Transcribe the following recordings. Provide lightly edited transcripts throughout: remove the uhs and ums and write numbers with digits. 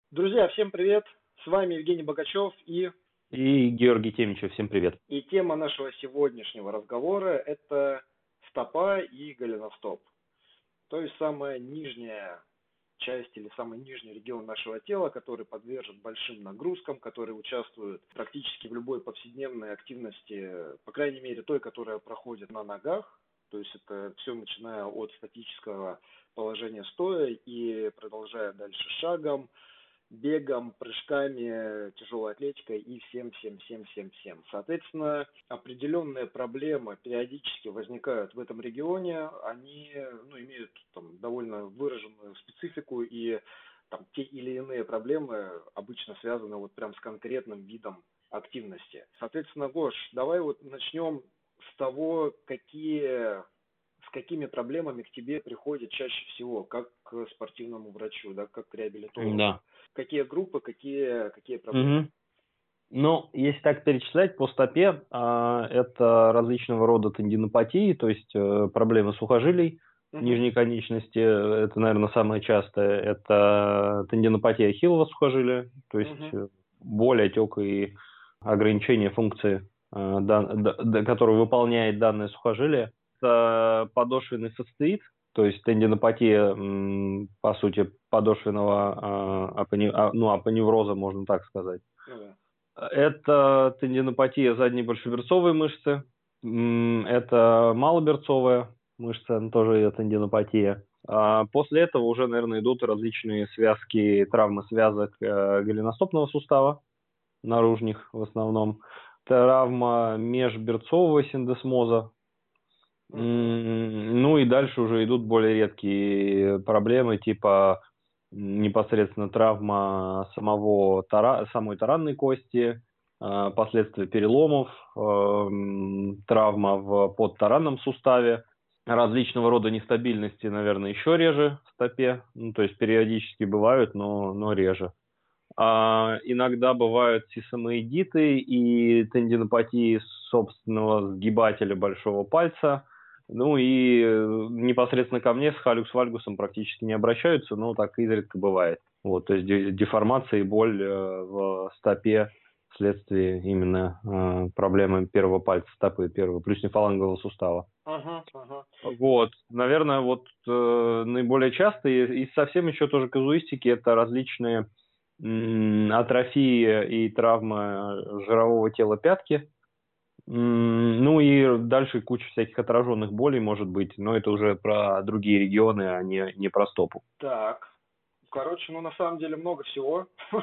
Друзья, всем привет! С вами Евгений Богачев И Георгий Темичев, всем привет. и тема нашего сегодняшнего разговора – это стопа и голеностоп. То есть самая нижняя часть или самый нижний регион нашего тела, который подвержен большим нагрузкам, который участвует практически в любой повседневной активности, по крайней мере той, которая проходит на ногах. То есть это все начиная от статического положения стоя и продолжая дальше шагом, бегом, прыжками, тяжелой атлетикой и всем. Соответственно, определенные проблемы периодически возникают в этом регионе, они имеют там, довольно выраженную специфику, и там, те или иные проблемы обычно связаны вот прям с конкретным видом активности. Соответственно, Гош, давай вот начнем с того, с какими проблемами к тебе приходят чаще всего, как к спортивному врачу, да, как к реабилитологу. Да. Какие группы, какие проблемы? Мгм. Ну, если так перечислять, по стопе это различного рода тендинопатии, то есть проблемы сухожилий Угу, нижней конечности, это, наверное, самое частое, это тендинопатия ахиллова сухожилия, то есть угу, боль, отек и ограничение функции, которую выполняет данное сухожилие. Это подошвенный цистеид, то есть тендинопатия, по сути, подошвенного апоневроза, можно так сказать. ну да. Это тендинопатия задней большеберцовой мышцы, это малоберцовая мышца, тоже ее тендинопатия. После этого уже, наверное, идут различные связки, травмы связок голеностопного сустава, наружных в основном, травма межберцового синдесмоза. Угу, Ну и дальше уже идут более редкие проблемы, типа непосредственно травма самой таранной кости, последствия переломов, травма в подтаранном суставе, различного рода нестабильности, наверное, еще реже в стопе, ну, то есть периодически бывают, но реже. Иногда бывают сисамоидиты и тендинопатии собственного сгибателя большого пальца. Ну и непосредственно ко мне с халюкс вальгусом практически не обращаются, но так изредка бывает. Вот, то есть деформация и боль в стопе вследствие именно проблемы первого пальца стопы, первого плюснефалангового сустава. ага, ага. Вот, наверное, вот наиболее частые и совсем еще тоже казуистики это различные атрофии и травмы жирового тела пятки. Ну и дальше куча всяких отраженных болей может быть, но это уже про другие регионы, а не про стопу. Так, короче, на самом деле много всего.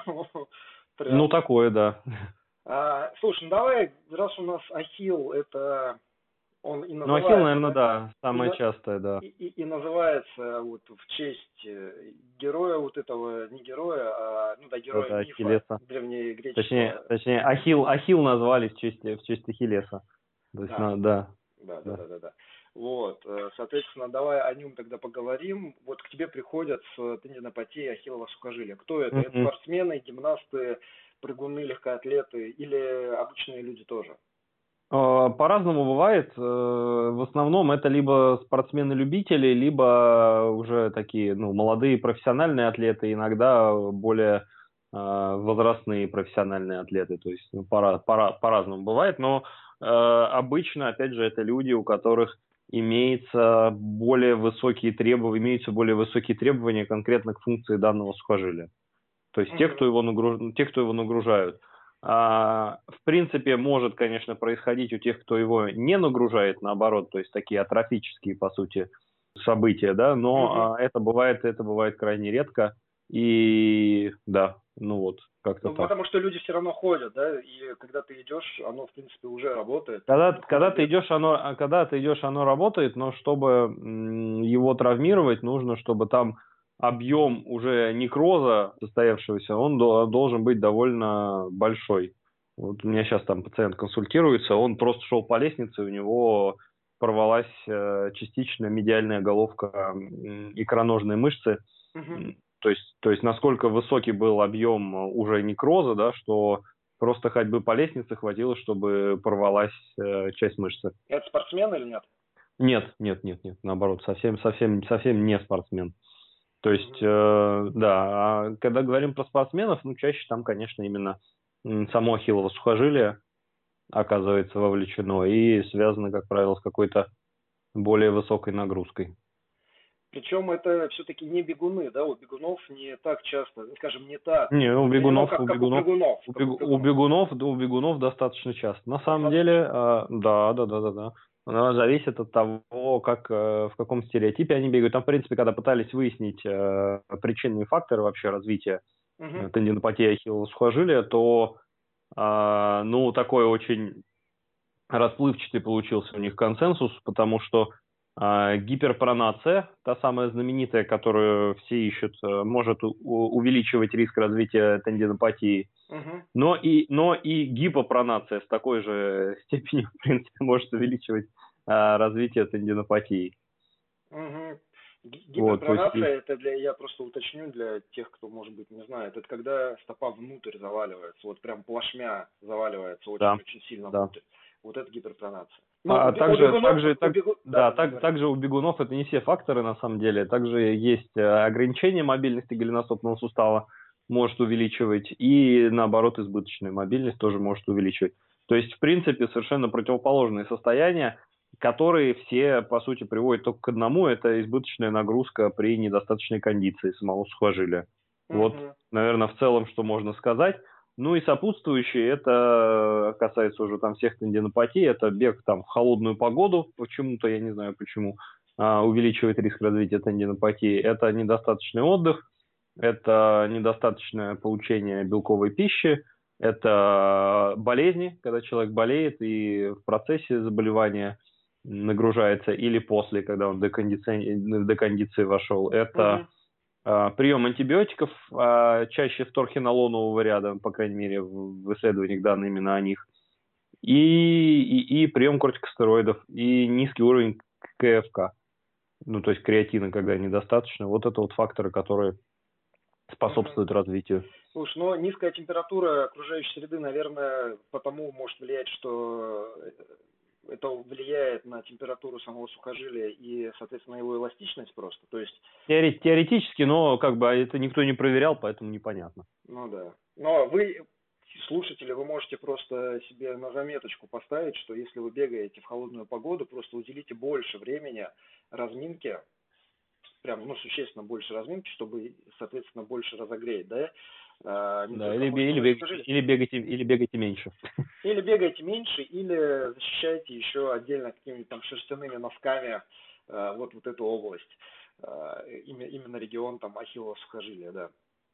Ну, Прям. такое, да. Слушай, ну давай, раз у нас ахилл, это он и Ну, ахилл, называется, наверное, да? да, И, самое на- частое, да. и называется вот в честь героя вот этого, не героя, героя Да, мифа Ахиллеса. Точнее, древнегреческого. точнее, Ахилл назвали в честь Ахиллеса. То есть, Да, да, да. да. Вот, соответственно, давай о нем тогда поговорим. Вот к тебе приходят с тендинопатией ахиллова сухожилия. Кто это? Это Мгм. спортсмены, гимнасты, прыгуны, легкоатлеты или обычные люди тоже? По-разному бывает. В основном это либо спортсмены-любители, либо уже такие, ну, молодые профессиональные атлеты, иногда более возрастные профессиональные атлеты. То есть по-разному бывает, но обычно, опять же, это люди, у которых имеются более высокие требования конкретно к функции данного сухожилия. То есть те, Мгм. те, кто его нагружают. В принципе, может, конечно, происходить у тех, кто его не нагружает, наоборот, то есть такие атрофические, по сути, события, да, Мгм. но это бывает крайне редко. И да, ну вот, как-то Ну, так. потому что люди все равно ходят, да, и когда ты идешь, оно, в принципе, уже работает, Когда, там, когда ты ход-бег. идешь, оно работает, но чтобы его травмировать, нужно, чтобы там объем уже некроза состоявшегося, он должен быть довольно большой. Вот у меня сейчас там пациент консультируется, он просто шел по лестнице, у него порвалась частично медиальная головка икроножной мышцы. Мгм. То есть насколько высокий был объем уже некроза, да, что просто ходьбы по лестнице хватило, чтобы порвалась часть мышцы. Это спортсмен или нет? Нет, наоборот, совсем не спортсмен. То есть, да, а когда говорим про спортсменов, ну, чаще там, конечно, именно само ахиллово сухожилие оказывается вовлечено и связано, как правило, с какой-то более высокой нагрузкой. Причем это все-таки не бегуны, да, у бегунов не так часто, скажем, не так Не, у распространено, бегунов, как у прыгунов, у бегунов достаточно часто. На самом Достаточно. деле, да. Оно зависит от того, как, в каком стереотипе они бегают. Там, в принципе, когда пытались выяснить причинные факторы вообще развития Мгм. тендинопатии ахиллова сухожилия, то, ну, такой очень расплывчатый получился у них консенсус, потому что гиперпронация, та самая знаменитая, которую все ищут, может увеличивать риск развития тендинопатии, Мгм. но и гипопронация с такой же степенью, в принципе, может увеличивать развитие тендинопатии. Мгм. Вот, то есть Гиперпронация, это я просто уточню для тех, кто, может быть, не знает, это когда стопа внутрь заваливается, вот прям плашмя заваливается да, очень-очень сильно да. внутрь. Вот это гиперпронация. Ну, у да, говори. Также у бегунов это не все факторы на самом деле. Также есть ограничение мобильности голеностопного сустава, может увеличивать, и наоборот избыточная мобильность тоже может увеличивать. То есть, в принципе, совершенно противоположные состояния, которые все, по сути, приводят только к одному, это избыточная нагрузка при недостаточной кондиции самого сухожилия. Вот, Мгм. наверное, в целом, что можно сказать. Ну и сопутствующие, это касается уже там всех тендинопатий, это бег там в холодную погоду, почему-то, я не знаю почему, увеличивает риск развития тендинопатии. Это недостаточный отдых, это недостаточное получение белковой пищи, это болезни, когда человек болеет и в процессе заболевания нагружается, или после, когда он в декондиции вошел. Это Мгм. прием антибиотиков, чаще вторхинолонового ряда, по крайней мере, в исследованиях данные именно о них, и прием кортикостероидов, и низкий уровень КФК, ну, то есть креатина, когда недостаточно. Вот это вот факторы, которые Мгм. способствуют развитию. Слушай, но низкая температура окружающей среды, наверное, потому может влиять, что это влияет на температуру самого сухожилия и, соответственно, его эластичность просто. То есть, Теоретически, но как бы это никто не проверял, поэтому непонятно. ну да. Но вы, слушатели, вы можете просто себе на заметочку поставить, что если вы бегаете в холодную погоду, просто уделите больше времени разминке, прям, ну, существенно больше разминки, чтобы, соответственно, больше разогреть, да, не Да, только мышцы, но и сухожилия. или бегайте меньше. Или бегайте меньше, или защищайте еще отдельно какими-то там шерстяными носками вот эту область, именно регион там ахиллова сухожилия, да.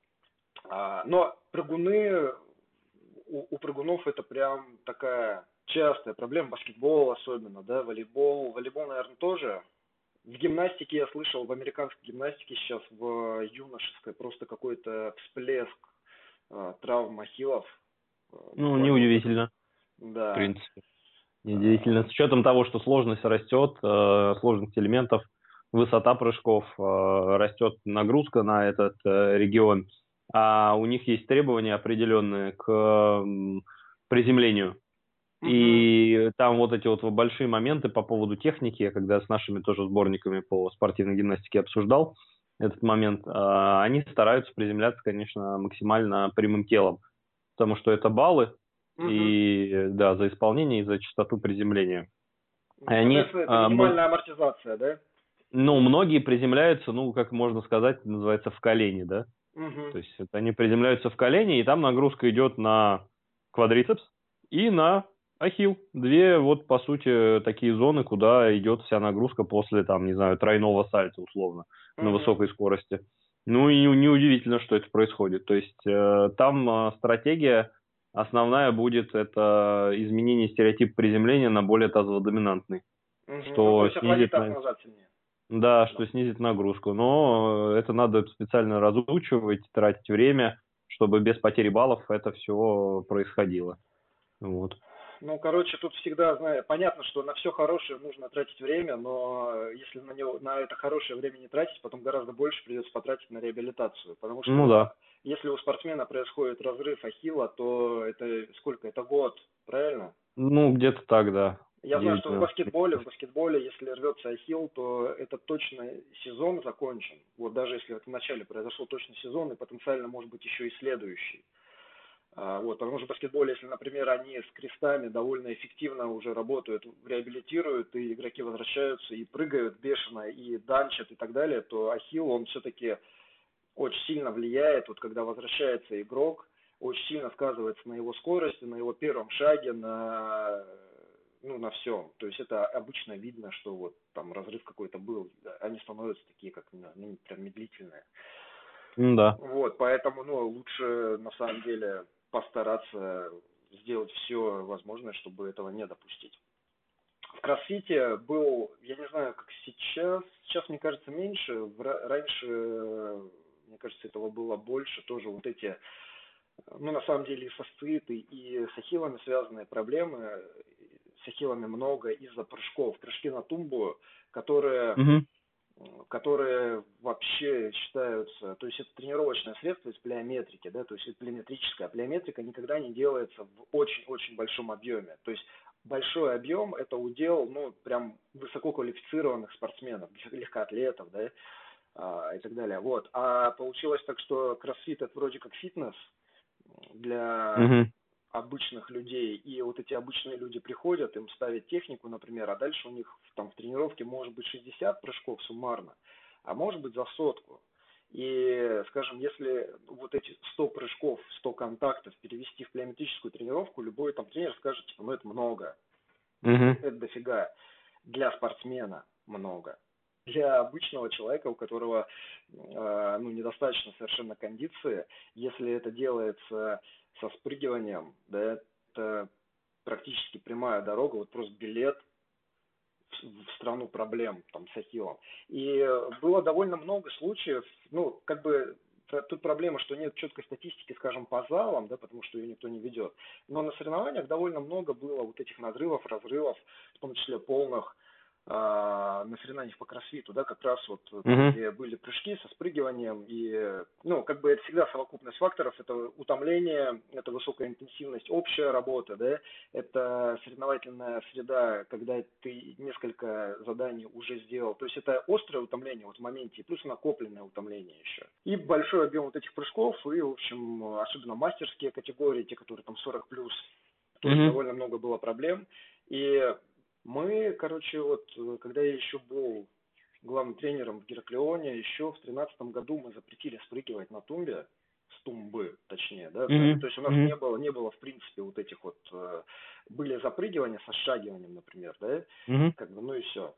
Но прыгуны, у прыгунов это прям такая частая проблема, баскетбол особенно, да, волейбол, наверное, тоже. В гимнастике я слышал, в американской гимнастике сейчас в юношеской просто какой-то всплеск травм ахиллов, Ну, буквально вот это. неудивительно, в Да. принципе. Неудивительно. С учетом того, что сложность растет, сложность элементов, высота прыжков, растет нагрузка на этот регион, а у них есть требования определенные к приземлению. Мгм. И там вот эти вот большие моменты по поводу техники, я когда с нашими тоже сборниками по спортивной гимнастике обсуждал этот момент, они стараются приземляться, конечно, максимально прямым телом, потому что это баллы, Мгм. и да, за исполнение и за частоту приземления. И они, Соответственно, это минимальная амортизация, да? ну, многие приземляются, ну, как можно сказать, это называется в колени, да, Мгм. то есть это они приземляются в колени, и там нагрузка идет на квадрицепс и на ахилл. Две вот, по сути, такие зоны, куда идет вся нагрузка после, там, не знаю, тройного сальта, условно, на Мгм. высокой скорости. Ну и неудивительно, что это происходит. То есть там стратегия основная будет это изменение стереотипа приземления на более тазово-доминантный, Мгм. Ну, то что есть отводить снизит, таз назад сильнее. да, Да. что снизит нагрузку. Но это надо специально разучивать, тратить время, чтобы без потери баллов это все происходило. Вот. Ну, короче, тут всегда, знаю, понятно, что на все хорошее нужно тратить время, но если на это хорошее время не тратить, потом гораздо больше придется потратить на реабилитацию. Потому Ну что да. если у спортсмена происходит разрыв ахилла, то это сколько? Это год, правильно? Ну, где-то так, да. Я знаю, что удивительно. в баскетболе, если рвется ахилл, то это точно сезон закончен. Вот даже если это в начале произошел точно сезон, и потенциально может быть еще и следующий. Вот, потому что в баскетболе, если, например, они с крестами довольно эффективно уже работают, реабилитируют, и игроки возвращаются и прыгают бешено, и данчат и так далее, то ахилл, он все-таки очень сильно влияет, вот когда возвращается игрок, очень сильно сказывается на его скорости, на его первом шаге, на, ну, на всем. То есть это обычно видно, что вот там разрыв какой-то был, они становятся такие, как, ну, прям медлительные. Да. Вот, поэтому, ну, лучше на самом деле постараться сделать все возможное, чтобы этого не допустить. В кроссфите был, я не знаю, как сейчас, мне кажется, меньше, раньше, мне кажется, этого было больше, тоже вот эти, ну, на самом деле, и фасцииты, и с ахиллами связанные проблемы, с ахиллами много из-за прыжков, прыжки на тумбу, которые Мгм. которые вообще считаются, то есть это тренировочное средство из плеометрики, да, то есть это плеометрическая. Плеометрика никогда не делается в очень-очень большом объеме. То есть большой объем это удел, ну, прям высококвалифицированных спортсменов, легкоатлетов, да, и так далее. Вот. А получилось так, что кроссфит это вроде как фитнес для Мгм. обычных людей, и вот эти обычные люди приходят, им ставят технику, например, а дальше у них там в тренировке может быть 60 прыжков суммарно, а может быть за сотку. И, скажем, если вот эти 100 прыжков, 100 контактов перевести в плеометрическую тренировку, любой там тренер скажет, типа, ну это много, Мгм. это дофига. Для спортсмена много. Для обычного человека, у которого ну, недостаточно совершенно кондиции, если это делается со спрыгиванием, да, это практически прямая дорога, вот просто билет в страну проблем там с ахиллом. И было довольно много случаев, ну, как бы тут проблема, что нет четкой статистики, скажем, по залам, да, потому что ее никто не ведет. Но на соревнованиях довольно много было вот этих надрывов, разрывов, в том числе полных, на соревнованиях по кроссфиту, да, как раз вот там, Мгм. где были прыжки со спрыгиванием, и, ну, как бы это всегда совокупность факторов, это утомление, это высокая интенсивность, общая работа, да, это соревновательная среда, когда ты несколько заданий уже сделал, то есть это острое утомление вот в моменте, и плюс накопленное утомление еще. И большой объем вот этих прыжков, и, в общем, особенно мастерские категории, те, которые там 40 плюс, тоже Мгм. довольно много было проблем, и мы, короче, вот, когда я еще был главным тренером в Гераклеоне, еще в 2013 году мы запретили спрыгивать на тумбе, с тумбы, точнее, да, Мгм. то есть у нас Мгм. не было в принципе вот этих вот, были запрыгивания со сшагиванием, например, да, Мгм. как бы, ну и все.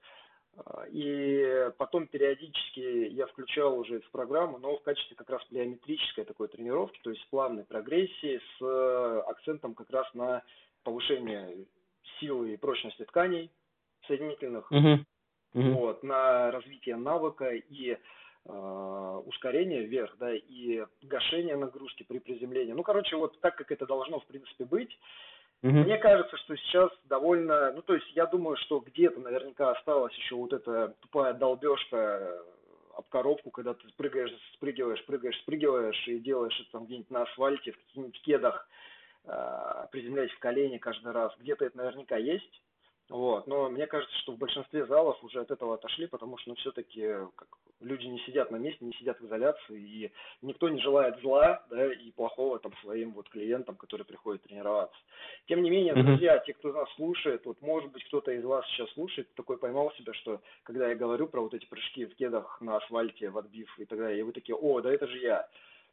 И потом периодически я включал уже в программу, но в качестве как раз плеометрической такой тренировки, то есть плавной прогрессии с акцентом как раз на повышение силы и прочности тканей соединительных, Мгм. Мгм. вот, на развитие навыка и ускорение вверх, да, и гашение нагрузки при приземлении. Ну, короче, вот так, как это должно, в принципе, быть. Мгм. Мне кажется, что сейчас довольно, ну, то есть я думаю, что где-то наверняка осталась еще вот эта тупая долбежка об коробку, когда ты спрыгиваешь и делаешь это там где-нибудь на асфальте, в каких-нибудь кедах, приземляясь в колени каждый раз. Где-то это наверняка есть. Вот. Но мне кажется, что в большинстве залов уже от этого отошли, потому что, ну, все-таки как, люди не сидят на месте, не сидят в изоляции, и никто не желает зла, да, и плохого там своим вот клиентам, которые приходят тренироваться. Тем не менее, Мгм. друзья, те, кто нас слушает, вот может быть кто-то из вас сейчас слушает, такой поймал себя, что когда я говорю про вот эти прыжки в кедах на асфальте, в отбив и так далее, и вы такие, о, да это же я.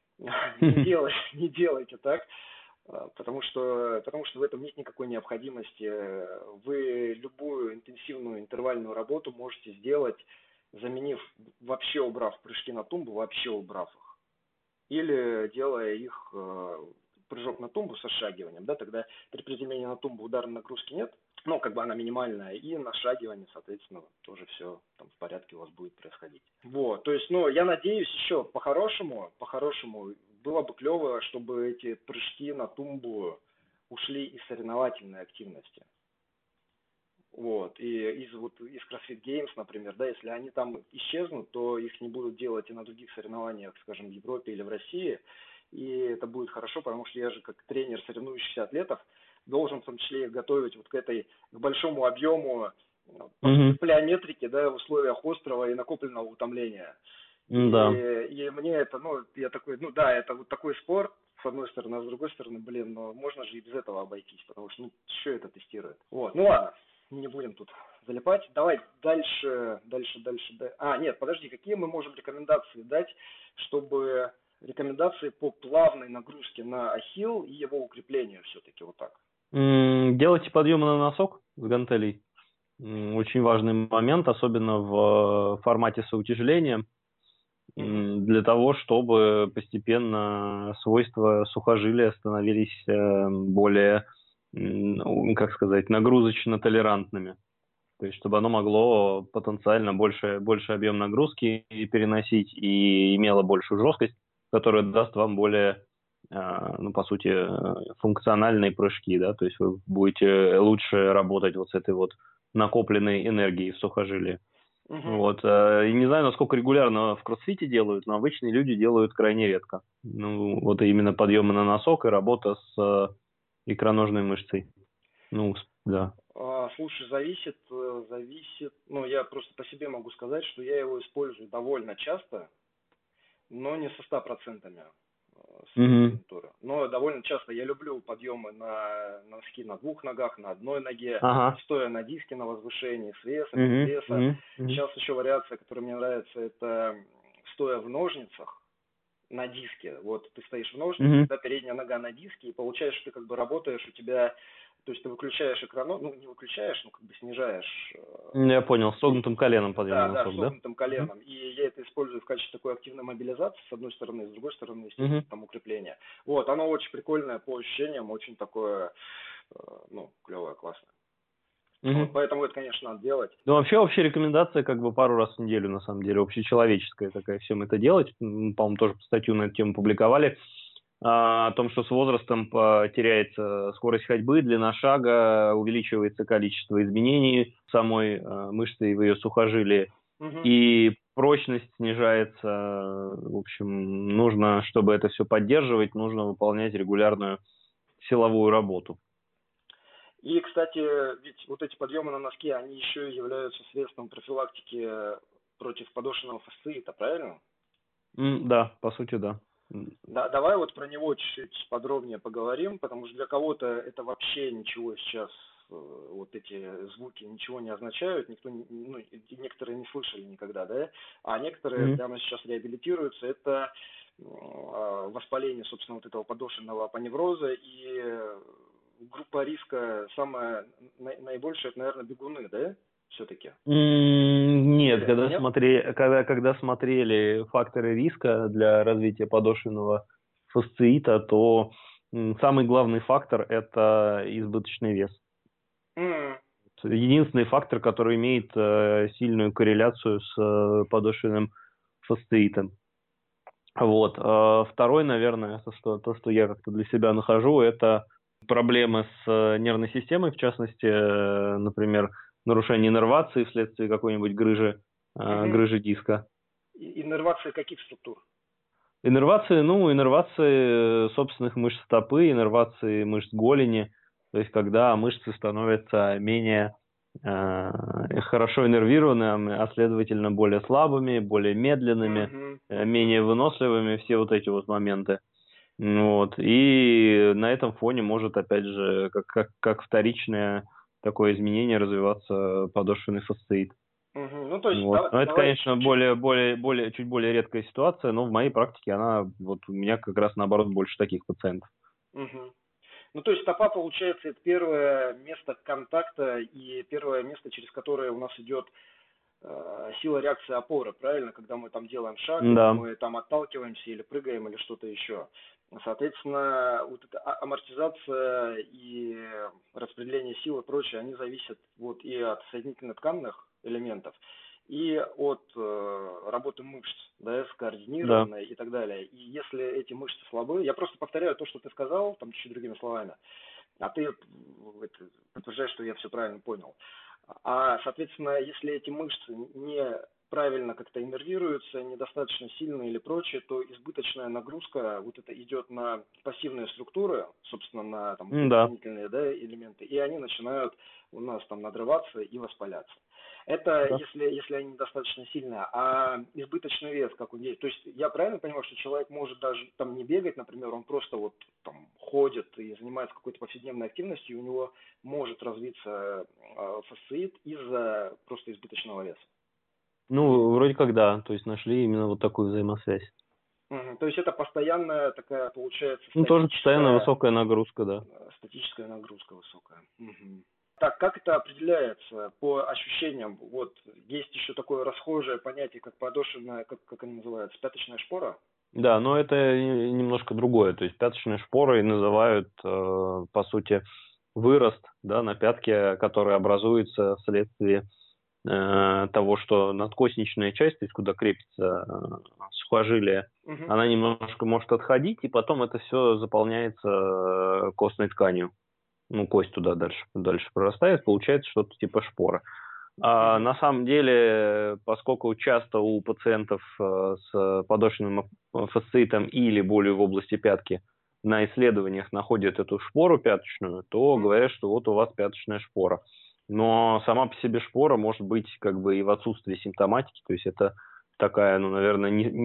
Не делайте так. Потому что в этом нет никакой необходимости. Вы любую интенсивную интервальную работу можете сделать, заменив, вообще убрав прыжки на тумбу, вообще убрав их. Или делая их прыжок на тумбу со сшагиванием, да, тогда при приземлении на тумбу ударной нагрузки нет, ну, как бы она минимальная, и на сшагивании, соответственно, тоже все там в порядке у вас будет происходить. Вот, то есть, ну, я надеюсь еще по-хорошему, было бы клево, чтобы эти прыжки на тумбу ушли из соревновательной активности. Вот, и из CrossFit Games, например, да, если они там исчезнут, то их не будут делать и на других соревнованиях, скажем, в Европе или в России, и это будет хорошо, потому что я же как тренер соревнующихся атлетов должен в том числе их готовить вот к большому объему по сути, плеометрики, да, в условиях острого и накопленного утомления. Да. И мне это, я такой, да, это вот такой спорт, с одной стороны, а с другой стороны, но можно же и без этого обойтись, потому что, что это тестирует. Вот, ладно, не будем тут залипать. Давай дальше. Нет, подожди, какие мы можем рекомендации дать, чтобы рекомендации по плавной нагрузке на ахилл и его укреплению все-таки вот так? Делайте подъемы на носок с гантелей. Очень важный момент, особенно в формате соутяжеления, для того, чтобы постепенно свойства сухожилия становились более, как сказать, нагрузочно-толерантными. То есть, чтобы оно могло потенциально больше объем нагрузки переносить и имело большую жесткость, которая даст вам более, по сути, функциональные прыжки, да, то есть вы будете лучше работать вот с этой вот накопленной энергией в сухожилии. Вот. И не знаю, насколько регулярно в кроссфите делают, но обычные люди делают крайне редко. Вот именно подъемы на носок и работа с икроножной мышцей. Да. Слушай, зависит, я просто по себе могу сказать, что я его использую довольно часто, но не со 100% тренатуры. Но довольно часто я люблю подъемы на носки на двух ногах, на одной ноге, стоя на диске на возвышении, с весом, без веса. Сейчас еще вариация, которая мне нравится, это стоя в ножницах на диске. Вот ты стоишь в ножницах, да, передняя нога на диске, и получаешь, что ты как бы работаешь, у тебя, то есть ты выключаешь экран, не выключаешь, как бы снижаешь. Я понял, с согнутым коленом подъем на носок, да? Да, с согнутым коленом. И я это использую в качестве такой активной мобилизации, с одной стороны, с другой стороны, естественно, там укрепление. Вот, оно очень прикольное по ощущениям, очень такое, клевое, классное. Вот, поэтому это, конечно, надо делать. Вообще общая рекомендация как бы пару раз в неделю, на самом деле, общечеловеческая такая, всем это делать. По-моему, тоже статью на эту тему публиковали. О том, что с возрастом теряется скорость ходьбы, длина шага, увеличивается количество изменений самой мышцы и в ее сухожилии, и прочность снижается. В общем, нужно, чтобы это все поддерживать, нужно выполнять регулярную силовую работу. И, кстати, ведь вот эти подъемы на носки, они еще и являются средством профилактики против подошвенного фасциита, правильно? Да, по сути, да. Да, давай вот про него чуть-чуть подробнее поговорим, потому что для кого-то это вообще ничего сейчас, вот эти звуки ничего не означают, некоторые не слышали никогда, да, а некоторые прямо сейчас реабилитируются, это воспаление, собственно, вот этого подошвенного апоневроза, и группа риска самая наибольшая, это, наверное, бегуны, да, все-таки? Нет, когда смотрели факторы риска для развития подошвенного фасциита, то самый главный фактор – это избыточный вес. Единственный фактор, который имеет сильную корреляцию с подошвенным фасциитом. Вот. Второй, наверное, то, что я как-то для себя нахожу, это проблемы с нервной системой, в частности, например, нарушение иннервации вследствие какой-нибудь грыжи диска. Иннервации каких структур? Иннервации собственных мышц стопы, иннервации мышц голени, то есть когда мышцы становятся менее хорошо иннервированными, а следовательно более слабыми, более медленными, менее выносливыми, все вот эти вот моменты. Вот. И на этом фоне может, опять же, как вторичное такое изменение развиваться подошвенный фасциит. То есть вот. Но это, конечно, чуть более редкая ситуация, но в моей практике у меня как раз наоборот больше таких пациентов. То есть стопа, получается, это первое место контакта и первое место, через которое у нас идет сила реакции опоры, правильно? Когда мы там делаем шаг, мы там отталкиваемся или прыгаем или что-то еще. Соответственно, вот эта амортизация и распределение сил и прочее, они зависят вот и от соединительно-тканных элементов, и от работы мышц, да, скоординированной и так далее. И если эти мышцы слабы, я просто повторяю то, что ты сказал, там чуть-чуть другими словами, а ты подтверждаешь, что я все правильно понял. Соответственно, если эти мышцы не правильно как-то иннервируются, недостаточно сильно или прочее, то избыточная нагрузка вот это идет на пассивные структуры, собственно, на там, Да. оборонительные, да, элементы, и они начинают у нас там надрываться и воспаляться. Это Да. если они недостаточно сильные, а избыточный вес, как он есть. То есть я правильно понимаю, что человек может даже там не бегать, например, он просто вот там ходит и занимается какой-то повседневной активностью, и у него может развиться фасциит из-за просто избыточного веса. Ну, вроде как да, то есть нашли именно вот такую взаимосвязь. То есть это постоянная такая, получается, Ну, тоже постоянно высокая нагрузка, да. статическая нагрузка высокая. Так, как это определяется по ощущениям? Вот есть еще такое расхожее понятие, как подошвенная, как они называются, пяточная шпора? Да, но это немножко другое. То есть пяточной шпорой называют, по сути, вырост, да, на пятке, который образуется вследствие того, что надкосничная часть, то есть куда крепится сухожилие, Угу. она немножко может отходить, и потом это все заполняется костной тканью. Ну, кость туда дальше прорастает, получается что-то типа шпоры. А Угу. на самом деле, поскольку часто у пациентов с подошвенным фасциитом или болью в области пятки на исследованиях находят эту шпору пяточную, то говорят, что вот у вас пяточная шпора. Но сама по себе шпора может быть как бы и в отсутствии симптоматики, то есть это такая, ну, наверное,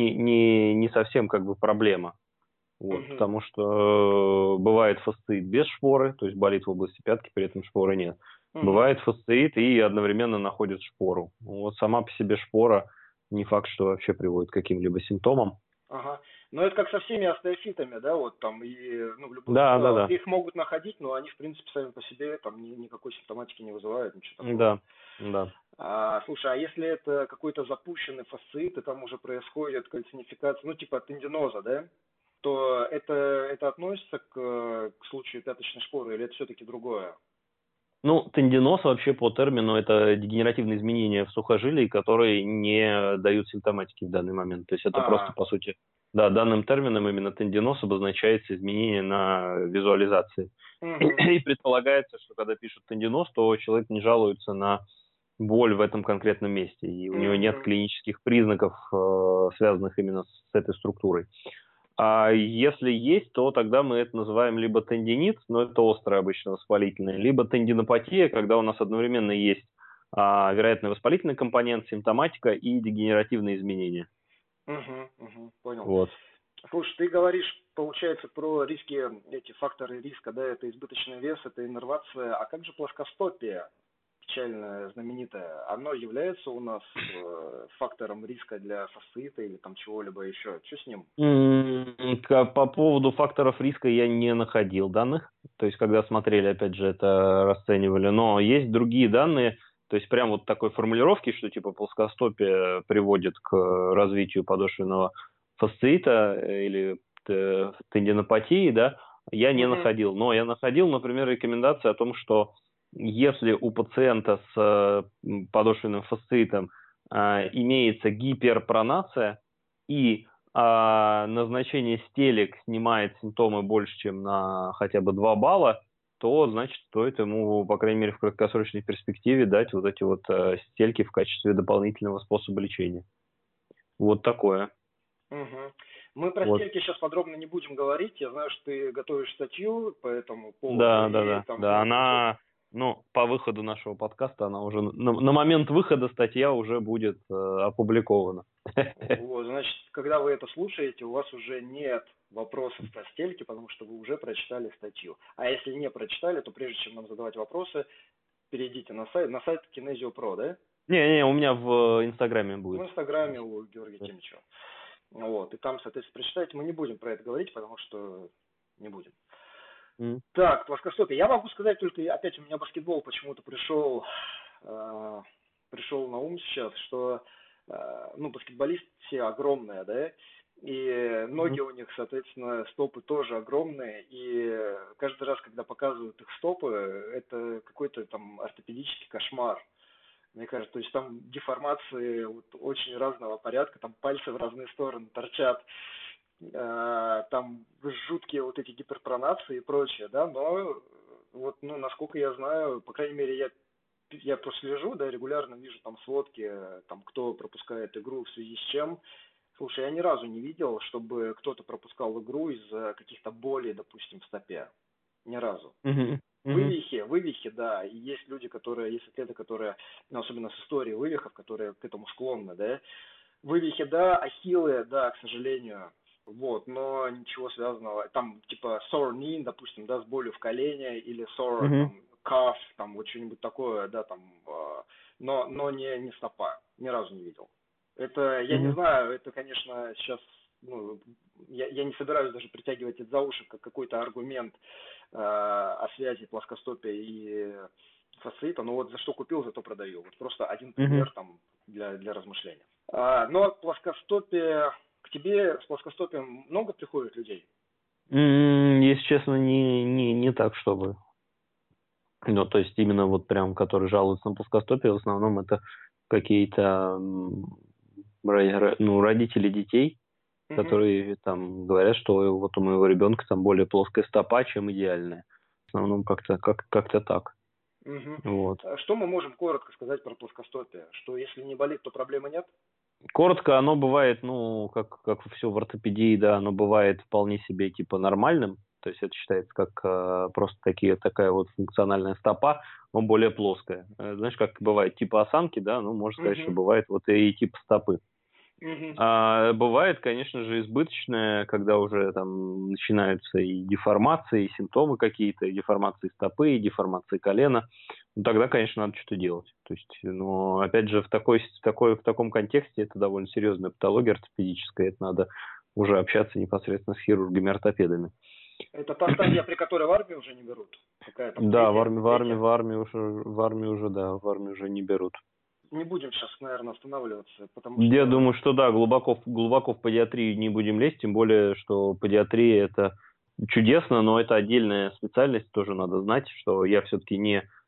не совсем как бы проблема. Вот, Угу. потому что бывает фасциит без шпоры, то есть болит в области пятки, при этом шпоры нет. Угу. Бывает фасциит и одновременно находит шпору. Вот сама по себе шпора не факт, что вообще приводит к каким-либо симптомам. Ага. Но это как со всеми остеофитами, да, вот там и, ну, в любых Да, да, суставах. да. Их могут находить, но они, в принципе, сами по себе там никакой симптоматики не вызывают, ничего такого. Да, да. Слушай, а если это какой-то запущенный фасциит, и там уже происходит кальцинификация, ну, типа тендиноза, да, то это относится к случаю пяточной шпоры, или это все-таки другое? Ну, тендиноз вообще по термину это дегенеративные изменения в сухожилии, которые не дают симптоматики в данный момент. То есть это просто, А, по сути, да, данным термином именно тендиноз обозначается изменение на визуализации. угу, И предполагается, что когда пишут тендиноз, то человек не жалуется на боль в этом конкретном месте, и у него нет угу, клинических признаков, связанных именно с этой структурой. А если есть, то тогда мы это называем либо тендинит, но это острое обычно воспалительное, либо тендинопатия, когда у нас одновременно есть вероятно воспалительный компонент, симптоматика и дегенеративные изменения. понял. Вот. Слушай, ты говоришь, получается, про риски, эти факторы риска, да, это избыточный вес, это иннервация, а как же плоскостопие? Печальное, знаменитое, оно является у нас фактором риска для фасциита или там чего-либо еще. Что с ним? По поводу факторов риска я не находил данных. То есть, когда смотрели, опять же, это расценивали. Но есть другие данные, то есть, прям вот такой формулировки, что типа плоскостопие приводит к развитию подошвенного фасциита или тендинопатии, да, я не Угу, находил. Но я находил, например, рекомендации о том, что если у пациента с подошвенным фасциитом имеется гиперпронация и назначение стелек снимает симптомы больше, чем на хотя бы 2 балла, то, значит, стоит ему, по крайней мере, в краткосрочной перспективе дать вот эти вот стельки в качестве дополнительного способа лечения. Вот такое. угу. Мы про Вот. стельки сейчас подробно не будем говорить. Я знаю, что ты готовишь статью по этому поводу, Да, да, и да. там Да, будет уже. она, ну, по выходу нашего подкаста, она уже, на момент выхода статья уже будет опубликована. Вот, значит, когда вы это слушаете, у вас уже нет вопросов про стельки, потому что вы уже прочитали статью. А если не прочитали, то прежде чем нам задавать вопросы, перейдите на сайт Kinesio Pro, да? Не, у меня в Инстаграме В будет. Инстаграме у Георгия Тимичева. Вот, и там, соответственно, прочитайте. Мы не будем про это говорить, потому что не будем. М. Так, плоскостопие. Я могу сказать только, опять у меня баскетбол почему-то пришел на ум сейчас, что, ну, баскетболисты все огромные, да, и ноги у них, соответственно, стопы тоже огромные, и каждый раз, когда показывают их стопы, это какой-то там ортопедический кошмар. Мне кажется, то есть там деформации вот очень разного порядка, там пальцы в разные стороны торчат, там жуткие вот эти гиперпронации и прочее, да, но вот, ну, насколько я знаю, по крайней мере, я я просто слежу, да, регулярно вижу там сводки, там, кто пропускает игру в связи с чем. Слушай, я ни разу не видел, чтобы кто-то пропускал игру из-за каких-то болей, допустим, в стопе. Ни разу. Мгм. Мгм. Вывихи, да, и есть люди, которые, есть атлеты, которые, ну, особенно с историей вывихов, которые к этому склонны, да. Вывихи, да, ахиллы, да, к сожалению, вот, но ничего связанного, там, типа, sore knee, допустим, да, с болью в колене, или sore, Мгм. там, calf, там, вот что-нибудь такое, да, там, но не стопа, ни разу не видел. Это, я не Мгм. знаю, это, конечно, сейчас, ну, я не собираюсь даже притягивать это за уши как какой-то аргумент о связи плоскостопия и фасциита, но вот за что купил, зато продаю. Вот просто один Мгм. пример там для размышления. Но плоскостопие, к тебе с плоскостопием много приходит людей? Если честно, не так, чтобы. Ну, то есть именно вот прям, которые жалуются на плоскостопие, в основном это какие-то ну, родители детей, Мгм. которые там говорят, что вот у моего ребенка там более плоская стопа, чем идеальная. В основном как-то так. Мгм. Вот. Что мы можем коротко сказать про плоскостопие? Что если не болит, то проблемы нет? Коротко, оно бывает, ну, как все в ортопедии, да, оно бывает вполне себе типа нормальным. То есть это считается как просто такая вот функциональная стопа, но более плоская. Знаешь, как бывает типа осанки, да, ну, можно сказать, что Мгм. бывает вот и типа стопы. Мгм. А бывает, конечно же, избыточное, когда уже там начинаются и деформации, и симптомы какие-то, и деформации стопы, и деформации колена. Ну, тогда, конечно, надо что-то делать. То есть, но, опять же, в таком контексте это довольно серьезная патология ортопедическая, это надо уже общаться непосредственно с хирургами-ортопедами. Это та стадия, при которой в армии уже не берут? Какая там, Да, третья? Третья? в армию уже не берут. Не будем сейчас, наверное, останавливаться, потому Я что... думаю, что да, глубоко в педиатрию не будем лезть, тем более, что педиатрия это чудесно, но это отдельная специальность, тоже надо знать, что я все-таки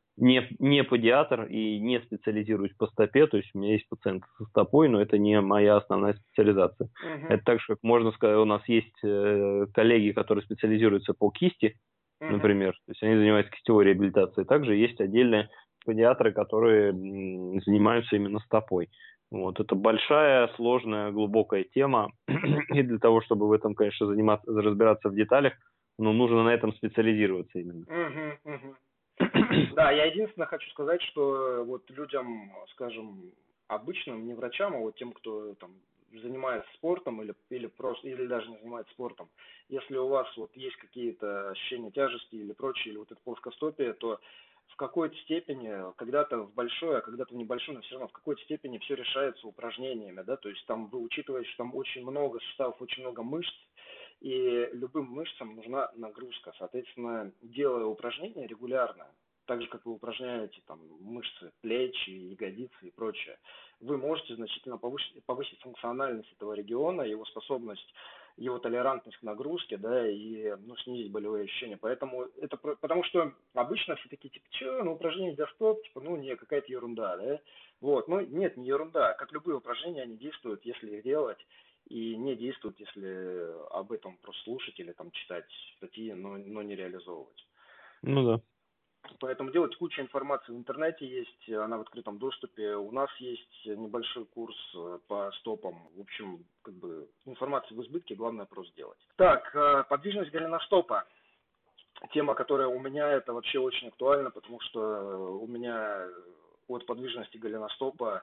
не педиатр и не специализируюсь по стопе, то есть у меня есть пациенты со стопой, но это не моя основная специализация. Мгм. Это так же, как можно сказать, у нас есть коллеги, которые специализируются по кисти, Мгм. например, то есть они занимаются кистевой реабилитацией. Также есть отдельные педиатры, которые занимаются именно стопой. Вот, это большая, сложная, глубокая тема, и для того, чтобы в этом, конечно, разбираться в деталях, ну, нужно на этом специализироваться именно. Мгм. Мгм. Да, я единственное хочу сказать, что вот людям, скажем, обычным, не врачам, а вот тем, кто там занимается спортом или просто, или даже не занимается спортом, если у вас вот есть какие-то ощущения тяжести или прочее, или вот это плоскостопие, то в какой-то степени, когда-то в большой, а когда-то в небольшой, но все равно в какой-то степени все решается упражнениями, да, то есть там вы учитываете, что там очень много суставов, очень много мышц, и любым мышцам нужна нагрузка. Соответственно, делая упражнения регулярно, так же, как вы упражняете там, мышцы плеч, ягодицы и прочее, вы можете значительно повысить функциональность этого региона, его способность, его толерантность к нагрузке, да, и ну, снизить болевые ощущения. Поэтому это потому что обычно все такие, типа, что, ну упражнения для стоп, типа, ну не, какая-то ерунда, да. Вот, ну нет, не ерунда. Как любые упражнения, они действуют, если их делать, и не действуют, если об этом просто слушать или там читать статьи, но не реализовывать. Ну да. Поэтому делать куча информации в интернете есть, она в открытом доступе. У нас есть небольшой курс по стопам. В общем, как бы информации в избытке, главное просто делать. Так, подвижность голеностопа. Тема, которая у меня, это вообще очень актуальна, потому что у меня от подвижности голеностопа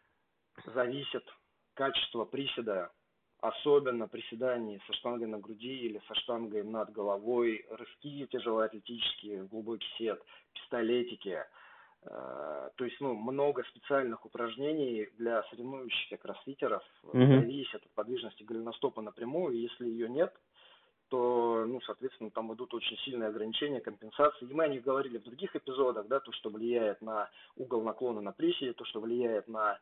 зависит качество приседа, особенно приседаний со штангой на груди или со штангой над головой, рывки тяжелоатлетические, глубокий сет, пистолетики. То есть, ну, много специальных упражнений для соревнующихся кроссфитеров Мгм. зависит от подвижности голеностопа напрямую. И если ее нет, то, ну, соответственно, там идут очень сильные ограничения, компенсации. И мы о них говорили в других эпизодах, да, то, что влияет на угол наклона на приседе, то, что влияет на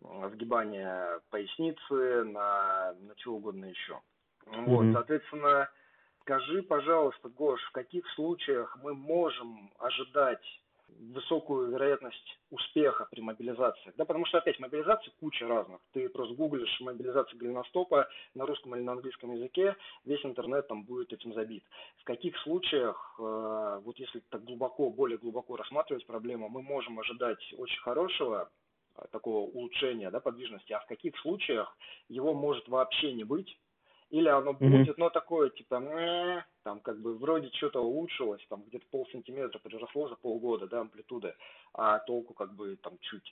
сгибание поясницы, на чего угодно еще. Вот, Мгм. соответственно, скажи, пожалуйста, Гош, в каких случаях мы можем ожидать высокую вероятность успеха при мобилизации. Да, потому что, опять, мобилизация куча разных. Ты просто гуглишь мобилизацию голеностопа на русском или на английском языке, весь интернет там будет этим забит. В каких случаях, вот если так глубоко, более глубоко рассматривать проблему, мы можем ожидать очень хорошего такого улучшения, да, подвижности, а в каких случаях его может вообще не быть, или оно будет, но такое, типа, там как бы вроде что-то улучшилось, там где-то полсантиметра приросло за полгода, да, амплитуды, а толку как бы там чуть.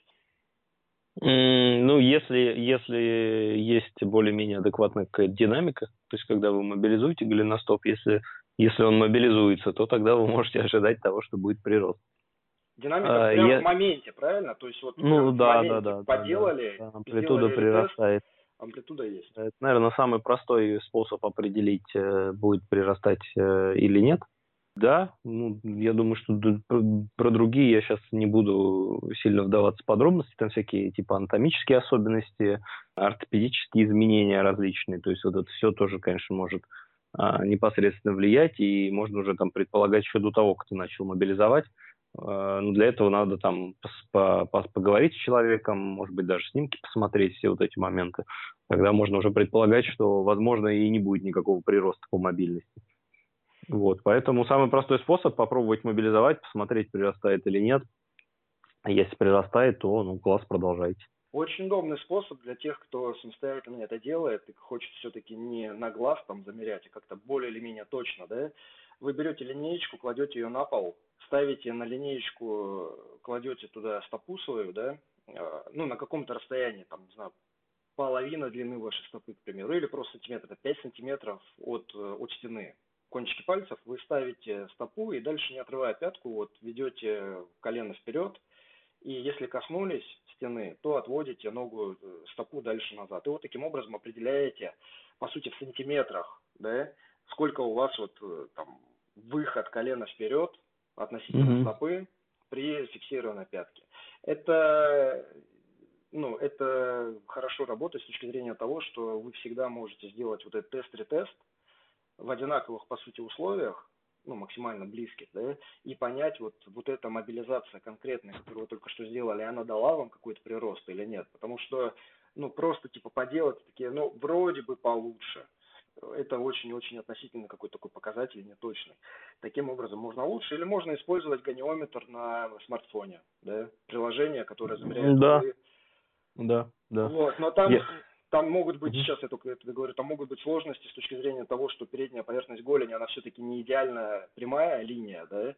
Ну, если есть более-менее адекватная какая-то динамика, то есть когда вы мобилизуете голеностоп, если он мобилизуется, то тогда вы можете ожидать того, что будет прирост. Динамика прямо в моменте, правильно? То есть вот ну, в да, моменте да, поделали, да, амплитуда сделали прирастает. ретест, амплитуда есть. Это, наверное, самый простой способ определить, будет прирастать или нет. Да, ну, я думаю, что про другие я сейчас не буду сильно вдаваться в подробности, там всякие типа анатомические особенности, ортопедические изменения различные, то есть вот это все тоже, конечно, может непосредственно влиять, и можно уже там предполагать еще до того, как ты начал мобилизовать. Но для этого надо там поговорить с человеком, может быть, даже снимки посмотреть, все вот эти моменты. Тогда можно уже предполагать, что, возможно, и не будет никакого прироста по мобильности. Вот, поэтому самый простой способ попробовать мобилизовать, посмотреть, прирастает или нет. Если прирастает, то, ну, класс, продолжайте. Очень удобный способ для тех, кто самостоятельно это делает и хочет все-таки не на глаз там замерять, а как-то более или менее точно, да. Вы берете линеечку, кладете ее на пол, ставите на линеечку, кладете туда стопу свою, да, ну, на каком-то расстоянии, там, не знаю, половина длины вашей стопы, к примеру, или просто сантиметр, 5 сантиметров от стены. Кончики пальцев вы ставите стопу и дальше, не отрывая пятку, вот ведете колено вперед, и если коснулись стены, то отводите ногу, стопу дальше назад. И вот таким образом определяете, по сути, в сантиметрах, да, сколько у вас вот там выход колена вперед относительно стопы при фиксированной пятке. Это хорошо работает с точки зрения того, что вы всегда можете сделать вот этот тест-ретест в одинаковых, по сути, условиях, ну, максимально близких, да, и понять, вот эта мобилизация конкретная, которую вы только что сделали, она дала вам какой-то прирост или нет. Потому что, ну, просто, типа, поделать такие, ну, вроде бы получше. Это очень-очень относительно какой-то такой показатель неточный. Таким образом можно лучше, или можно использовать гониометр на смартфоне, да, приложение, которое замеряет углы. Да. Вот, но там могут быть, сейчас я только это говорю, там могут быть сложности с точки зрения того, что передняя поверхность голени, она все-таки не идеально прямая линия, да,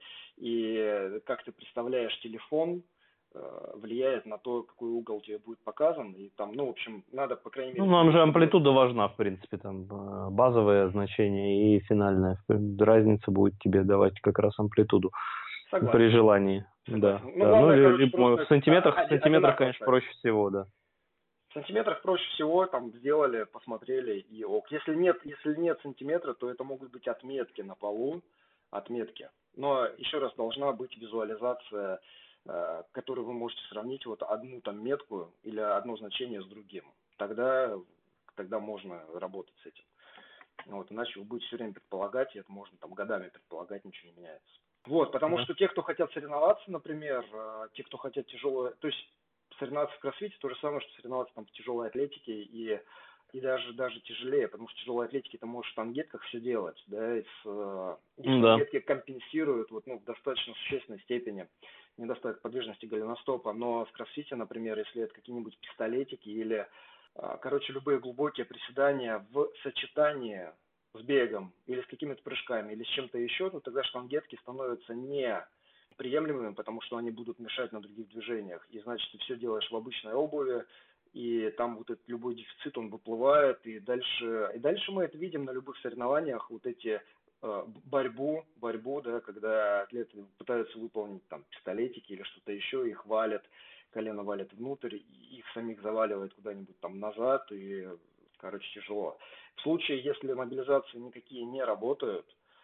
и как ты представляешь телефон, влияет на то, какой угол тебе будет показан, и там, ну, в общем, надо, по крайней мере... Ну, нам же амплитуда важна, в принципе, там, базовое значение и финальное. Разница будет тебе давать как раз амплитуду. Согласен. При желании. Согласен. Да. Ну, главное, в сантиметрах, конечно, проще всего, да. В сантиметрах проще всего, там, сделали, посмотрели и ок. Если нет сантиметра, то это могут быть отметки на полу, отметки. Но, еще раз, должна быть визуализация, которую вы можете сравнить вот одну там метку или одно значение с другим. Тогда можно работать с этим. Вот, иначе вы будете все время предполагать, и это можно там годами предполагать, ничего не меняется. Вот, потому что те, кто хотят соревноваться, например, те, кто хотят тяжелое, то есть соревноваться в кроссфите, то же самое, что соревноваться там в тяжелой атлетике и даже тяжелее, потому что в тяжелой атлетике ты можешь в штангетках все делать, да, и штангетки компенсируют вот, ну, в достаточно существенной степени недостаток подвижности голеностопа, но в кроссфите, например, если это какие-нибудь пистолетики или, короче, любые глубокие приседания в сочетании с бегом или с какими-то прыжками или с чем-то еще, то тогда штангетки становятся не приемлемыми, потому что они будут мешать на других движениях. И значит, ты все делаешь в обычной обуви, и там вот этот любой дефицит, он выплывает, и дальше мы это видим на любых соревнованиях, вот эти борьбу, да, когда атлеты пытаются выполнить там пистолетики или что-то еще, их валят, колено валят внутрь, их самих заваливает куда-нибудь там назад, и, короче, тяжело. В случае, если мобилизации никакие не работают,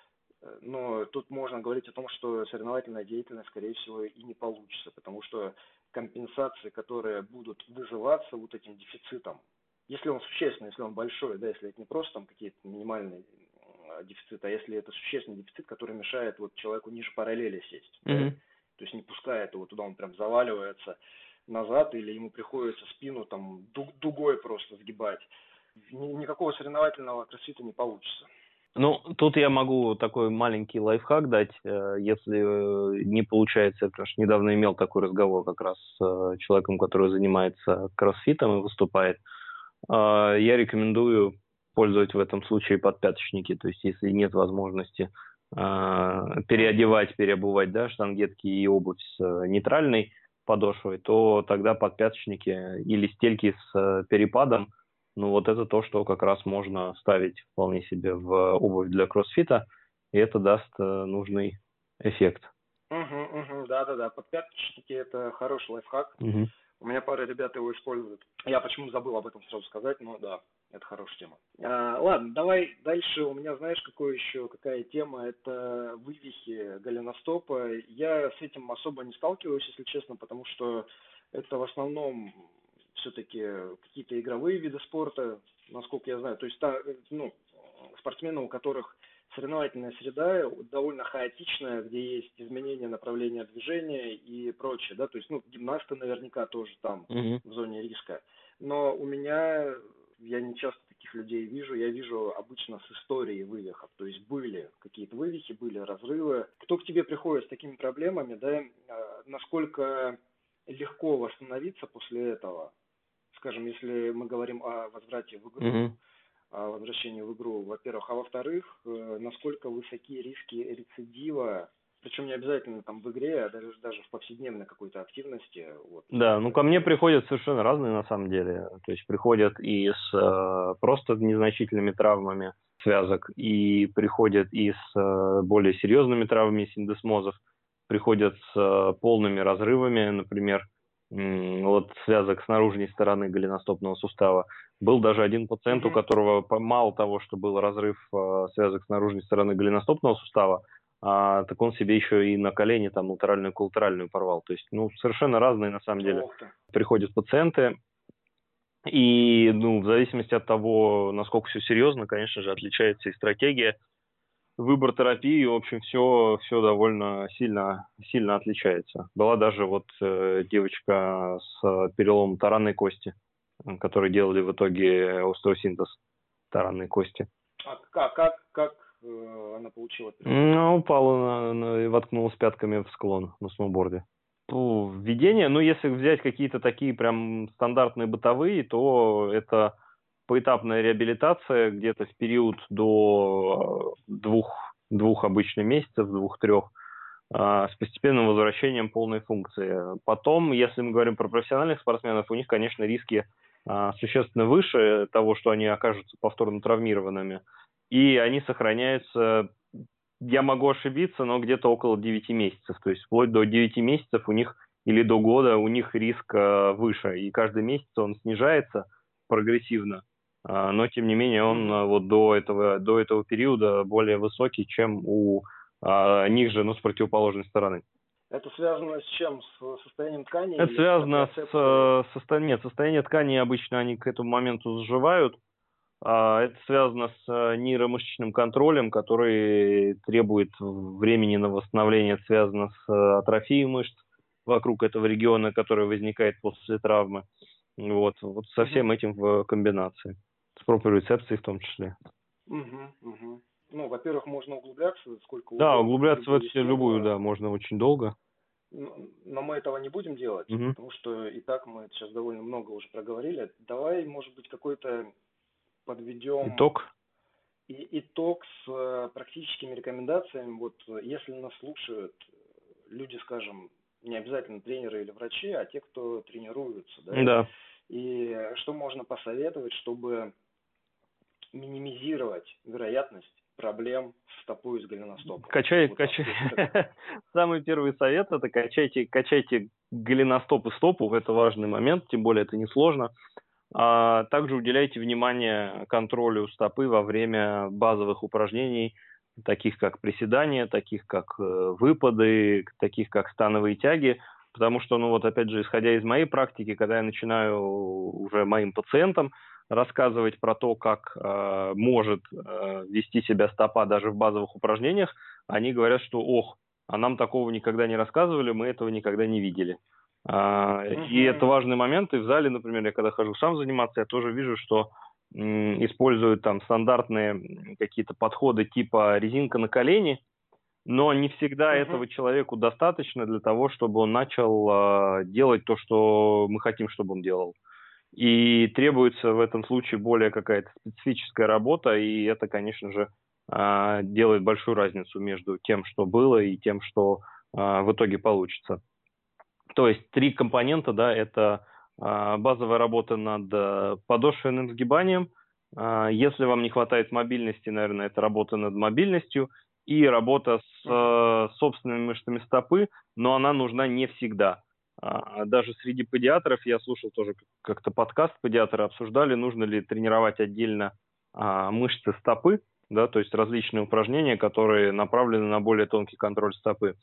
но тут можно говорить о том, что соревновательная деятельность, скорее всего, и не получится, потому что компенсации, которые будут вызываться вот этим дефицитом, если он существенный, если он большой, да, если это не просто там какие-то минимальные дефициты, а если это существенный дефицит, который мешает вот человеку ниже параллели сесть, да, То есть не пускает его туда, он прям заваливается назад, или ему приходится спину там дугой просто сгибать. Никакого соревновательного кроссфита не получится. Ну, тут я могу такой маленький лайфхак дать, если не получается, потому что недавно имел такой разговор как раз с человеком, который занимается кроссфитом и выступает. Я рекомендую пользовать в этом случае подпяточники, то есть если нет возможности переобувать, да, штангетки и обувь с нейтральной подошвой, то тогда подпяточники или стельки с перепадом. Ну, вот это то, что как раз можно ставить вполне себе в обувь для кроссфита, и это даст нужный эффект. Да. Подпяточники – это хороший лайфхак. У меня пара ребят его используют. Я почему забыл об этом сразу сказать, но да, это хорошая тема. Ладно, давай дальше. У меня, знаешь, какая тема? Это вывихи голеностопа. Я с этим особо не сталкиваюсь, если честно, потому что это в основном все-таки какие-то игровые виды спорта, насколько я знаю. То есть, спортсмены, у которых соревновательная среда довольно хаотичная, где есть изменения направления движения и прочее, да, то есть, гимнасты наверняка тоже там в зоне риска. Но я не часто таких людей вижу, я вижу обычно с историей вывихов, то есть были какие-то вывихи, были разрывы. Кто к тебе приходит с такими проблемами, да, насколько легко восстановиться после этого? Скажем, если мы говорим о возврате в игру, о возвращении в игру, во-первых, а во-вторых, насколько высоки риски рецидива, причем не обязательно там в игре, а даже в повседневной какой-то активности. Вот. Да, ко мне приходят совершенно разные на самом деле, то есть приходят и с просто незначительными травмами связок, и приходят и с более серьезными травмами синдесмозов, приходят с полными разрывами, например, вот связок с наружной стороны голеностопного сустава. Был даже один пациент, у которого мало того, что был разрыв связок с наружной стороны голеностопного сустава, так он себе еще и на колени там латеральную коллатеральную порвал. То есть, совершенно разные на самом деле приходят пациенты. И, в зависимости от того, насколько все серьезно, конечно же, отличается и стратегия, выбор терапии, в общем, все довольно сильно отличается. Была даже девочка с переломом таранной кости, которые делали в итоге остеосинтез таранной кости. А как она получила перелом? Упала и воткнулась пятками в склон на сноуборде. Введение, если взять какие-то такие прям стандартные бытовые, то это поэтапная реабилитация где-то в период до двух обычно месяцев, 2-3, с постепенным возвращением полной функции. Потом, если мы говорим про профессиональных спортсменов, у них, конечно, риски существенно выше того, что они окажутся повторно травмированными. И они сохраняются, я могу ошибиться, но где-то около 9 месяцев. То есть вплоть до 9 месяцев у них или до года у них риск выше. И каждый месяц он снижается прогрессивно. Но, тем не менее, он до этого периода более высокий, чем у них же, с противоположной стороны. Это связано с чем? С состоянием тканей? Это связано с состоянием тканей. Обычно они к этому моменту заживают. Это связано с нейромышечным контролем, который требует времени на восстановление. Это связано с атрофией мышц вокруг этого региона, который возникает после травмы. Вот со всем этим в комбинации. С проприорецепцией в том числе. Во-первых, можно углубляться сколько угодно. Да, углубляться в любую, можно очень долго. Но мы этого не будем делать, потому что и так мы сейчас довольно много уже проговорили. Давай, может быть, какой-то подведем итог с практическими рекомендациями. Если нас слушают люди, скажем, не обязательно тренеры или врачи, а те, кто тренируются, да. И что можно посоветовать, чтобы минимизировать вероятность проблем с стопой и с голеностопом? Самый первый совет – это качайте голеностоп и стопу, это важный момент, тем более это несложно. Также уделяйте внимание контролю стопы во время базовых упражнений, таких как приседания, таких как выпады, таких как становые тяги, потому что, опять же, исходя из моей практики, когда я начинаю уже моим пациентам рассказывать про то, как может вести себя стопа даже в базовых упражнениях, они говорят, что а нам такого никогда не рассказывали, мы этого никогда не видели. И это важный момент. И в зале, например, я когда хожу сам заниматься, я тоже вижу, что используют там стандартные какие-то подходы типа резинка на колени, но не всегда этого человеку достаточно для того, чтобы он начал делать то, что мы хотим, чтобы он делал. И требуется в этом случае более какая-то специфическая работа, и это, конечно же, делает большую разницу между тем, что было, и тем, что в итоге получится. То есть 3 компонента, да, это базовая работа над подошвенным сгибанием. Если вам не хватает мобильности, наверное, это работа над мобильностью и работа с собственными мышцами стопы, но она нужна не всегда. Даже среди педиатров, я слушал тоже как-то подкаст, педиатры обсуждали, нужно ли тренировать отдельно мышцы стопы, да, то есть различные упражнения, которые направлены на более тонкий контроль стопы.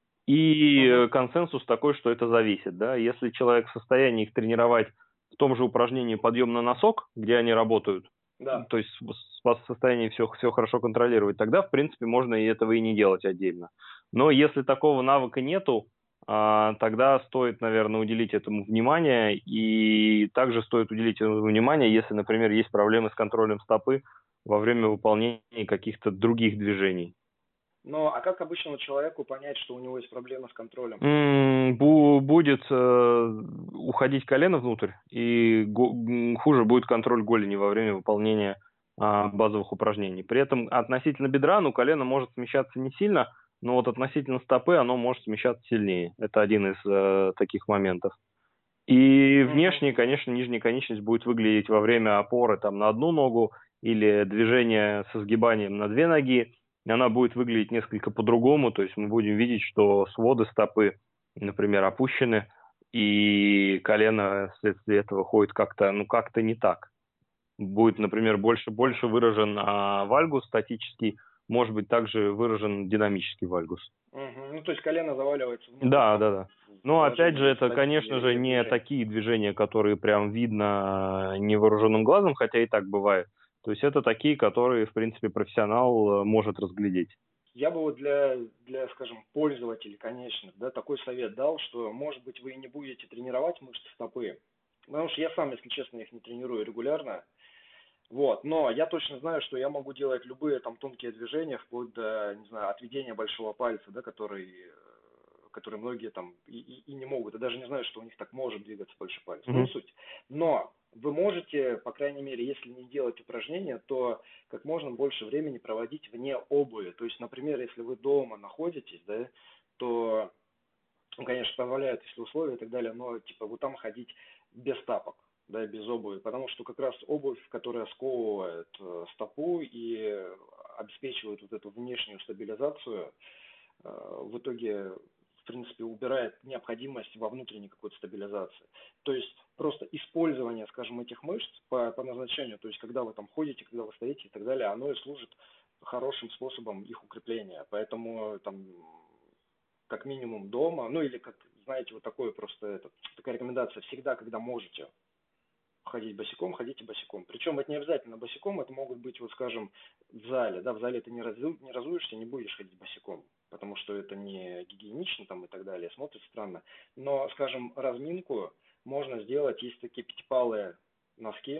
И консенсус такой, что это зависит, да. Если человек в состоянии их тренировать в том же упражнении подъем на носок, где они работают, то есть в состоянии все хорошо контролировать, тогда, в принципе, можно и этого и не делать отдельно. Но если такого навыка нету, тогда стоит, наверное, уделить этому внимание, и также стоит уделить этому внимание, если, например, есть проблемы с контролем стопы во время выполнения каких-то других движений. Ну, а как обычному человеку понять, что у него есть проблемы с контролем? Будет уходить колено внутрь, и хуже будет контроль голени во время выполнения базовых упражнений. При этом относительно бедра, колено может смещаться не сильно, но вот относительно стопы оно может смещаться сильнее. Это один из таких моментов. И внешне, конечно, нижняя конечность будет выглядеть во время опоры там, на одну ногу или движения со сгибанием на 2 ноги, она будет выглядеть несколько по-другому, то есть мы будем видеть, что своды стопы, например, опущены, и колено вследствие этого ходит как-то не так. Будет, например, больше выражен вальгус статический, может быть, также выражен динамический вальгус. Ну, то есть колено заваливается внутрь. Да. Но опять же, это, конечно же, не такие движения, которые прям видно невооруженным глазом, хотя и так бывает. То есть это такие, которые, в принципе, профессионал может разглядеть. Я бы вот для, скажем, пользователей конечных, да, такой совет дал, что, может быть, вы и не будете тренировать мышцы стопы, потому что я сам, если честно, их не тренирую регулярно. Вот, но я точно знаю, что я могу делать любые там тонкие движения, вплоть до, не знаю, отведения большого пальца, да, который многие там и не могут, и даже не знают, что у них так может двигаться большой палец. Ну, суть. Но вы можете, по крайней мере, если не делать упражнения, то как можно больше времени проводить вне обуви. То есть, например, если вы дома находитесь, да, то, конечно, позволяют, если условия и так далее, но типа вы там ходить без тапок, да, без обуви, потому что как раз обувь, которая сковывает стопу и обеспечивает вот эту внешнюю стабилизацию, в итоге, в принципе, убирает необходимость во внутренней какой-то стабилизации. То есть просто использование, скажем, этих мышц по назначению, то есть когда вы там ходите, когда вы стоите и так далее, оно и служит хорошим способом их укрепления. Поэтому там как минимум дома, ну или как, знаете, вот такое просто такая рекомендация, всегда, когда можете ходить босиком, ходите босиком. Причем это не обязательно босиком, это могут быть, вот скажем, в зале, да, в зале ты не разуешься, не будешь ходить босиком, потому что это не гигиенично там и так далее, смотрится странно. Но, скажем, разминку можно сделать, есть такие пятипалые носки,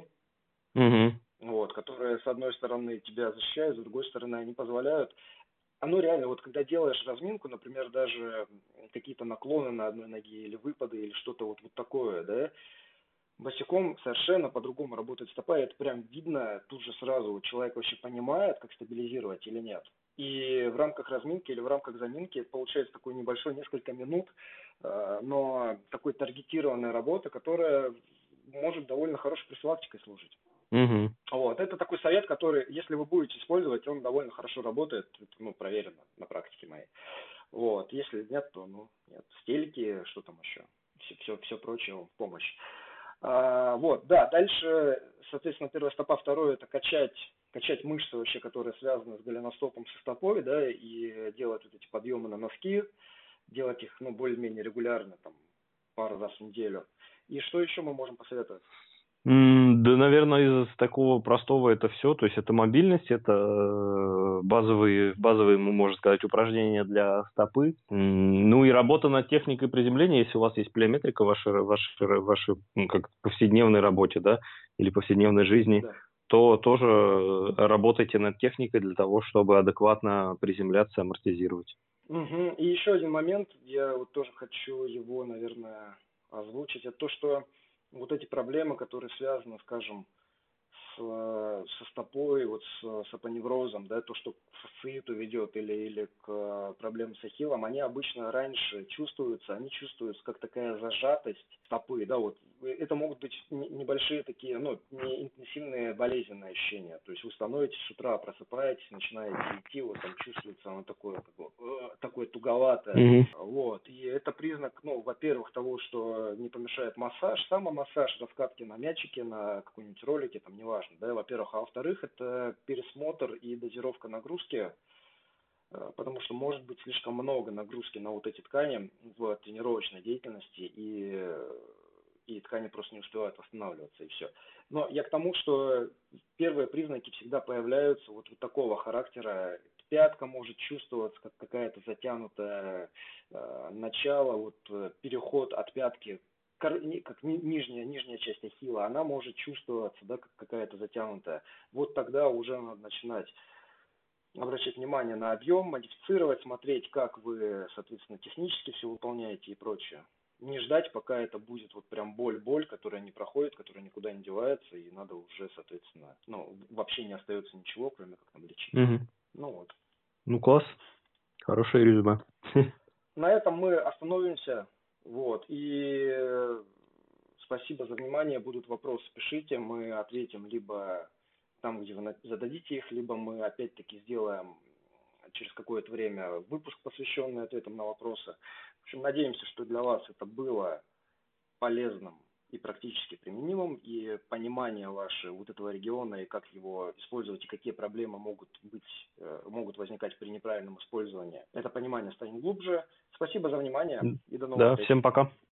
вот, которые с одной стороны тебя защищают, с другой стороны они позволяют. Оно реально, вот когда делаешь разминку, например, даже какие-то наклоны на одной ноге или выпады, или что-то вот такое, да, босиком совершенно по-другому работает стопа, и это прям видно тут же сразу, человек вообще понимает, как стабилизировать или нет. И в рамках разминки или в рамках заминки получается такой небольшой, несколько минут, но такой таргетированной работы, которая может довольно хорошей профилактикой служить. Вот, это такой совет, который, если вы будете использовать, он довольно хорошо работает, это, проверено на практике моей. Вот, если нет, то, нет. Стельки, что там еще, все прочее в помощь. Вот, да, дальше, соответственно, первая стопа, второе, это качать мышцы вообще, которые связаны с голеностопом, со стопой, да, и делать вот эти подъемы на носки, делать их, более-менее регулярно, там, пару раз в неделю. И что еще мы можем посоветовать? Да, наверное, из такого простого это все. То есть это мобильность, это базовые, можно сказать, упражнения для стопы. Ну и работа над техникой приземления, если у вас есть плеометрика в вашей как повседневной работе, да, или повседневной жизни, Да. то тоже работайте над техникой для того, чтобы адекватно приземляться, амортизировать. Мгм. И еще один момент, я вот тоже хочу его, наверное, озвучить, это то, что вот эти проблемы, которые связаны, скажем, со стопой, вот с апоневрозом, да, то, что к фасцииту ведет или к проблемам с ахиллом, они обычно раньше чувствуются, они чувствуются как такая зажатость стопы, да, вот. Это могут быть небольшие такие, ну, не интенсивные болезненные ощущения. То есть вы становитесь с утра, просыпаетесь, начинаете идти, вот там чувствуется оно такое, как бы, такое туговатое. Мгм. Вот. И это признак, ну, во-первых, того, что не помешает массаж, самомассаж, раскатки на мячике, на какой-нибудь ролике, там, неважно, да, во-первых. А во-вторых, это пересмотр и дозировка нагрузки, потому что может быть слишком много нагрузки на вот эти ткани в тренировочной деятельности, и ткани просто не успевают восстанавливаться, и все. Но я к тому, что первые признаки всегда появляются вот такого характера. Пятка может чувствоваться как какая-то затянутая начало, вот переход от пятки, как нижняя часть ахилла, она может чувствоваться, да, как какая-то затянутая. Вот тогда уже надо начинать обращать внимание на объем, модифицировать, смотреть, как вы, соответственно, технически все выполняете и прочее. Не ждать, пока это будет вот прям боль, которая не проходит, которая никуда не девается, и надо уже, соответственно, ну, вообще не остается ничего, кроме как там лечить. Мгм. Ну вот. Ну, класс. Хорошее резюме. На этом мы остановимся. Вот. И спасибо за внимание. Будут вопросы, пишите. Мы ответим либо там, где вы зададите их, либо мы опять-таки сделаем через какое-то время выпуск, посвященный ответам на вопросы. В общем, надеемся, что для вас это было полезным и практически применимым, и понимание ваше вот этого региона и как его использовать, и какие проблемы могут возникать при неправильном использовании. Это понимание станет глубже. Спасибо за внимание и до новых Да, встреч. всем пока.